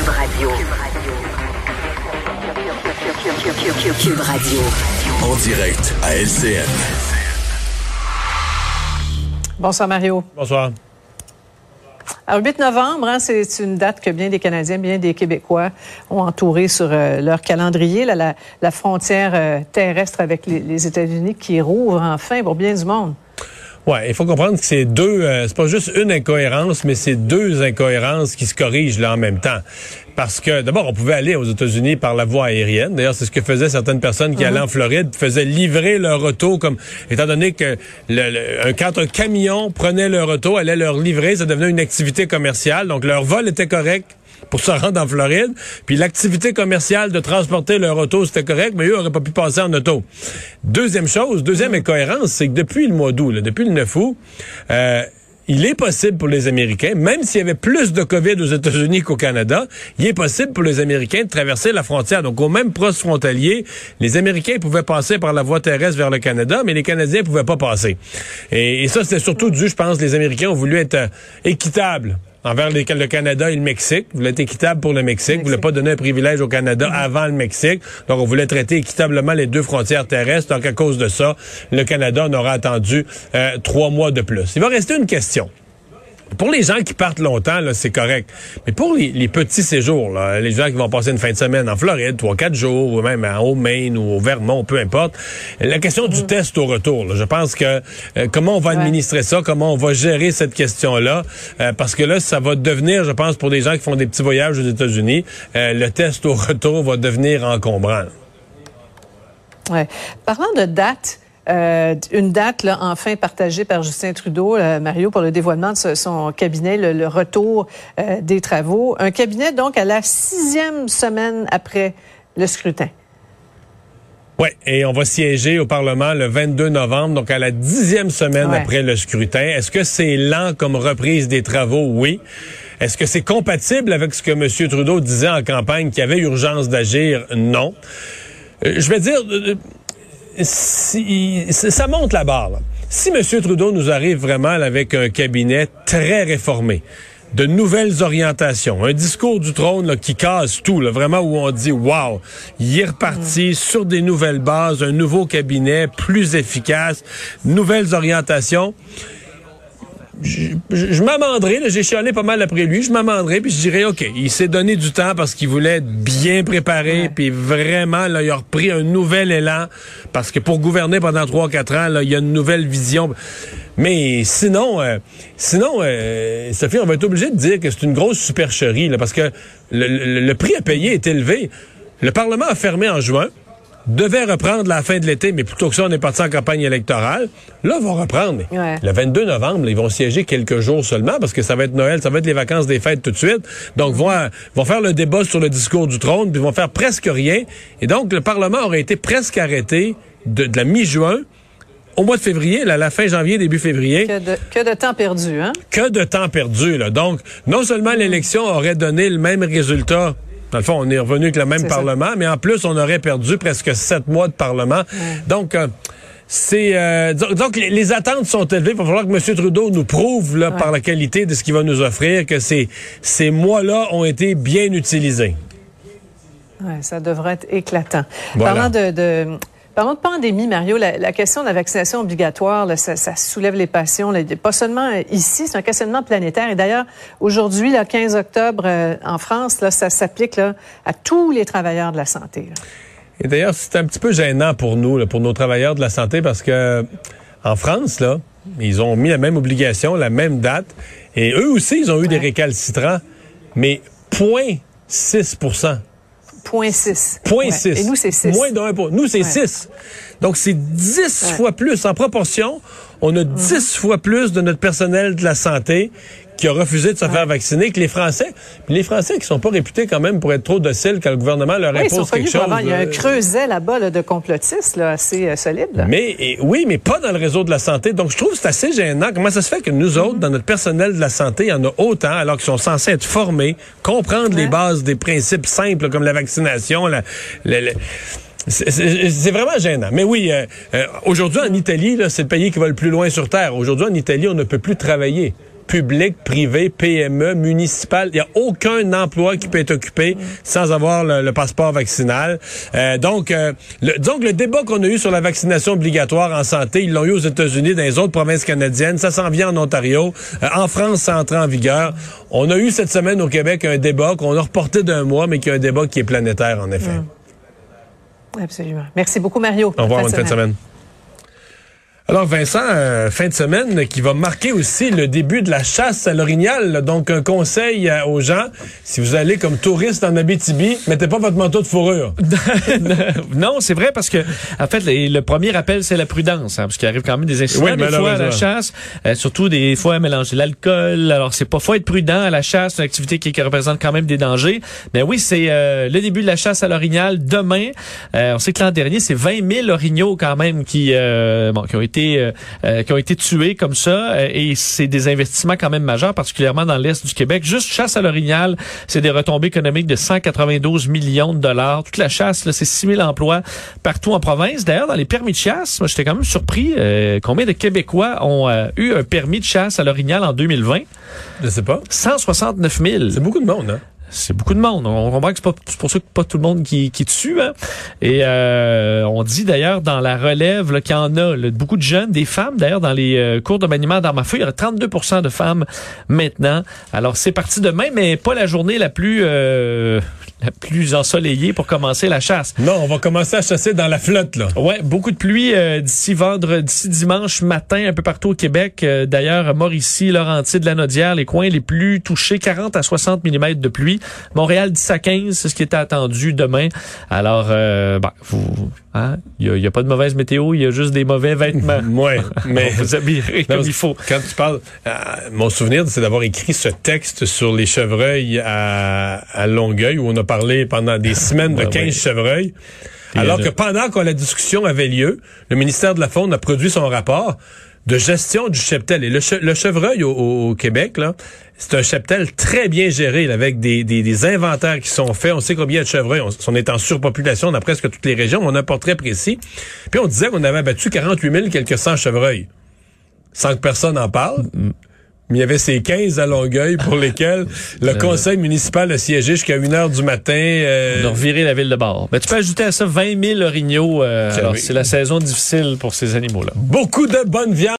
Cube Radio. En direct à LCN. Bonsoir Mario. Bonsoir. Alors, le 8 novembre, c'est une date que bien des Canadiens, bien des Québécois ont entourée sur leur calendrier. Là, la frontière terrestre avec les États-Unis qui rouvre enfin pour bien du monde. Ouais, il faut comprendre que c'est c'est pas juste une incohérence, mais c'est deux incohérences qui se corrigent là en même temps. Parce que, d'abord, on pouvait aller aux États-Unis par la voie aérienne. D'ailleurs, c'est ce que faisaient certaines personnes qui allaient en Floride, faisaient livrer leur auto, comme étant donné que quand un camion prenait leur auto, allait leur livrer, ça devenait une activité commerciale. Donc, leur vol était correct pour se rendre en Floride. Puis l'activité commerciale de transporter leur auto, c'était correct, mais eux n'auraient pas pu passer en auto. Deuxième incohérence, c'est que depuis le mois d'août, depuis le 9 août, il est possible pour les Américains, même s'il y avait plus de COVID aux États-Unis qu'au Canada, il est possible pour les Américains de traverser la frontière. Donc, au même poste frontalier, les Américains pouvaient passer par la voie terrestre vers le Canada, mais les Canadiens pouvaient pas passer. Et ça, c'était surtout dû, je pense, les Américains ont voulu être équitables envers le Canada et le Mexique. Vous voulez être équitable pour le Mexique. Vous voulez pas donner un privilège au Canada avant le Mexique. Donc, on voulait traiter équitablement les deux frontières terrestres. Donc, à cause de ça, le Canada en aura attendu 3 mois de plus. Il va rester une question. Pour les gens qui partent longtemps, là, c'est correct. Mais pour les petits séjours, là, les gens qui vont passer une fin de semaine en Floride, 3-4 jours, ou même au Maine ou au Vermont, peu importe, la question du test au retour, là, je pense que comment on va administrer ça, comment on va gérer cette question-là, parce que là, ça va devenir, je pense, pour des gens qui font des petits voyages aux États-Unis, le test au retour va devenir encombrant. Ouais. Parlant de date, une date là, enfin partagée par Justin Trudeau, Mario, pour le dévoilement de son cabinet, le retour des travaux. Un cabinet, donc, à la 6e semaine après le scrutin. Oui, et on va siéger au Parlement le 22 novembre, donc à la 10e semaine après le scrutin. Est-ce que c'est lent comme reprise des travaux? Oui. Est-ce que c'est compatible avec ce que M. Trudeau disait en campagne, qu'il y avait urgence d'agir? Non. Je vais dire... ça monte la barre. Là. Si M. Trudeau nous arrive vraiment là, avec un cabinet très réformé, de nouvelles orientations, un discours du trône là, qui casse tout, là, vraiment où on dit « wow », il est reparti sur des nouvelles bases, un nouveau cabinet plus efficace, nouvelles orientations. Je m'amenderai, j'ai chialé pas mal après lui, je m'amenderai, puis je dirais, OK, il s'est donné du temps parce qu'il voulait être bien préparé, puis vraiment, là, il a repris un nouvel élan, parce que pour gouverner pendant 3-4 ans, là, il y a une nouvelle vision. Mais sinon, Sophie, on va être obligé de dire que c'est une grosse supercherie, là, parce que le prix à payer est élevé. Le Parlement a fermé en juin, devait reprendre la fin de l'été, mais plutôt que ça, on est parti en campagne électorale. Là, ils vont reprendre. Le 22 novembre, là, ils vont siéger quelques jours seulement parce que ça va être Noël, ça va être les vacances des fêtes tout de suite. Donc, vont faire le débat sur le discours du trône, puis vont faire presque rien. Et donc, le Parlement aurait été presque arrêté de la mi-juin au mois de février, là, la fin janvier, début février. Que de temps perdu, hein? Que de temps perdu, là. Donc, non seulement l'élection aurait donné le même résultat. Dans le fond, on est revenu avec le même Parlement, mais en plus, on aurait perdu presque 7 mois de Parlement. Donc, donc les attentes sont élevées. Il va falloir que M. Trudeau nous prouve là, par la qualité de ce qu'il va nous offrir que ces mois-là ont été bien utilisés. Oui, ça devrait être éclatant. Voilà. Parlons de pandémie, Mario. La question de la vaccination obligatoire, là, ça soulève les passions. Là, pas seulement ici, c'est un questionnement planétaire. Et d'ailleurs, aujourd'hui, le 15 octobre, en France, là, ça s'applique là, à tous les travailleurs de la santé. Là. Et d'ailleurs, c'est un petit peu gênant pour nous, là, pour nos travailleurs de la santé, parce que en France, là, ils ont mis la même obligation, la même date. Et eux aussi, ils ont eu des récalcitrants, mais 0,6%. 0,6. 0,6. Et nous, c'est 6. Moins d'un point. Nous, c'est 6. Donc, c'est 10 fois plus. En proportion, on a 10 fois plus de notre personnel de la santé qui a refusé de se faire vacciner que les Français. Puis les Français qui sont pas réputés quand même pour être trop dociles quand le gouvernement leur impose quelque chose. Il y a un creuset là-bas là, de complotistes là, assez solide. Là. Mais mais pas dans le réseau de la santé. Donc je trouve que c'est assez gênant. Comment ça se fait que nous autres, dans notre personnel de la santé, il y en a autant alors qu'ils sont censés être formés, comprendre les bases des principes simples comme la vaccination, c'est vraiment gênant. Mais oui, aujourd'hui en Italie, là, c'est le pays qui va le plus loin sur Terre. Aujourd'hui en Italie, on ne peut plus travailler. public, privé, PME, municipal. Il n'y a aucun emploi qui peut être occupé sans avoir le passeport vaccinal. Donc, le débat qu'on a eu sur la vaccination obligatoire en santé, ils l'ont eu aux États-Unis, dans les autres provinces canadiennes. Ça s'en vient en Ontario. En France, ça entre en vigueur. On a eu cette semaine au Québec un débat qu'on a reporté d'un mois, mais qui est un débat qui est planétaire, en effet. Absolument. Merci beaucoup, Mario. Au revoir, bonne fin de semaine. Alors Vincent, fin de semaine qui va marquer aussi le début de la chasse à l'orignal. Donc un conseil aux gens, si vous allez comme touriste en Abitibi, mettez pas votre manteau de fourrure. Non, c'est vrai parce que en fait le premier rappel c'est la prudence, parce qu'il arrive quand même des incidents des fois à la chasse, surtout des fois mélanger l'alcool. Alors c'est pas faut être prudent à la chasse, c'est une activité qui représente quand même des dangers. Mais oui, c'est le début de la chasse à l'orignal demain. On sait que l'an dernier c'est 20 000 orignaux quand même qui ont été tués comme ça, et c'est des investissements quand même majeurs, particulièrement dans l'est du Québec. Juste chasse à l'orignal, c'est des retombées économiques de 192 millions de dollars. Toute la chasse, là, c'est 6 000 emplois partout en province. D'ailleurs, dans les permis de chasse, moi, j'étais quand même surpris combien de Québécois ont eu un permis de chasse à l'orignal en 2020. Je sais pas. 169 000. C'est beaucoup de monde, hein? C'est beaucoup de monde. On comprend que c'est pour ça que pas tout le monde qui tue, hein. Et on dit d'ailleurs dans la relève là, qu'il y en a beaucoup de jeunes, des femmes d'ailleurs dans les cours de maniement d'armes à feu. Il y aura 32% de femmes maintenant. Alors c'est parti demain, mais pas la journée la plus ensoleillée pour commencer la chasse. Non, on va commencer à chasser dans la flotte, là. Ouais, beaucoup de pluie d'ici dimanche matin un peu partout au Québec. D'ailleurs, Mauricie, Laurentides, Lanaudière, les coins les plus touchés, 40 à 60 mm de pluie. Montréal 10 à 15, c'est ce qui était attendu demain. Alors, il y a pas de mauvaise météo, il y a juste des mauvais vêtements. Ouais, mais vous habillerez comme il faut. Quand tu parles, mon souvenir, c'est d'avoir écrit ce texte sur les chevreuils à Longueuil, où on a parlé pendant des semaines de 15 chevreuils. Alors que pendant que la discussion avait lieu, le ministère de la Faune a produit son rapport de gestion du cheptel. Et le chevreuil au Québec, là, c'est un cheptel très bien géré, là, avec des inventaires qui sont faits. On sait combien il y a de chevreuils. On est en surpopulation dans presque toutes les régions. On a un portrait précis. Puis on disait qu'on avait abattu 48 000 quelques 100 chevreuils. Sans que personne en parle. Mais il y avait ces 15 à Longueuil pour lesquels le conseil municipal a siégé jusqu'à 1h du matin. On a reviré la ville de bord. Ben, tu peux ajouter à ça 20 000 orignaux. Alors, c'est la saison difficile pour ces animaux-là. Beaucoup de bonne viande.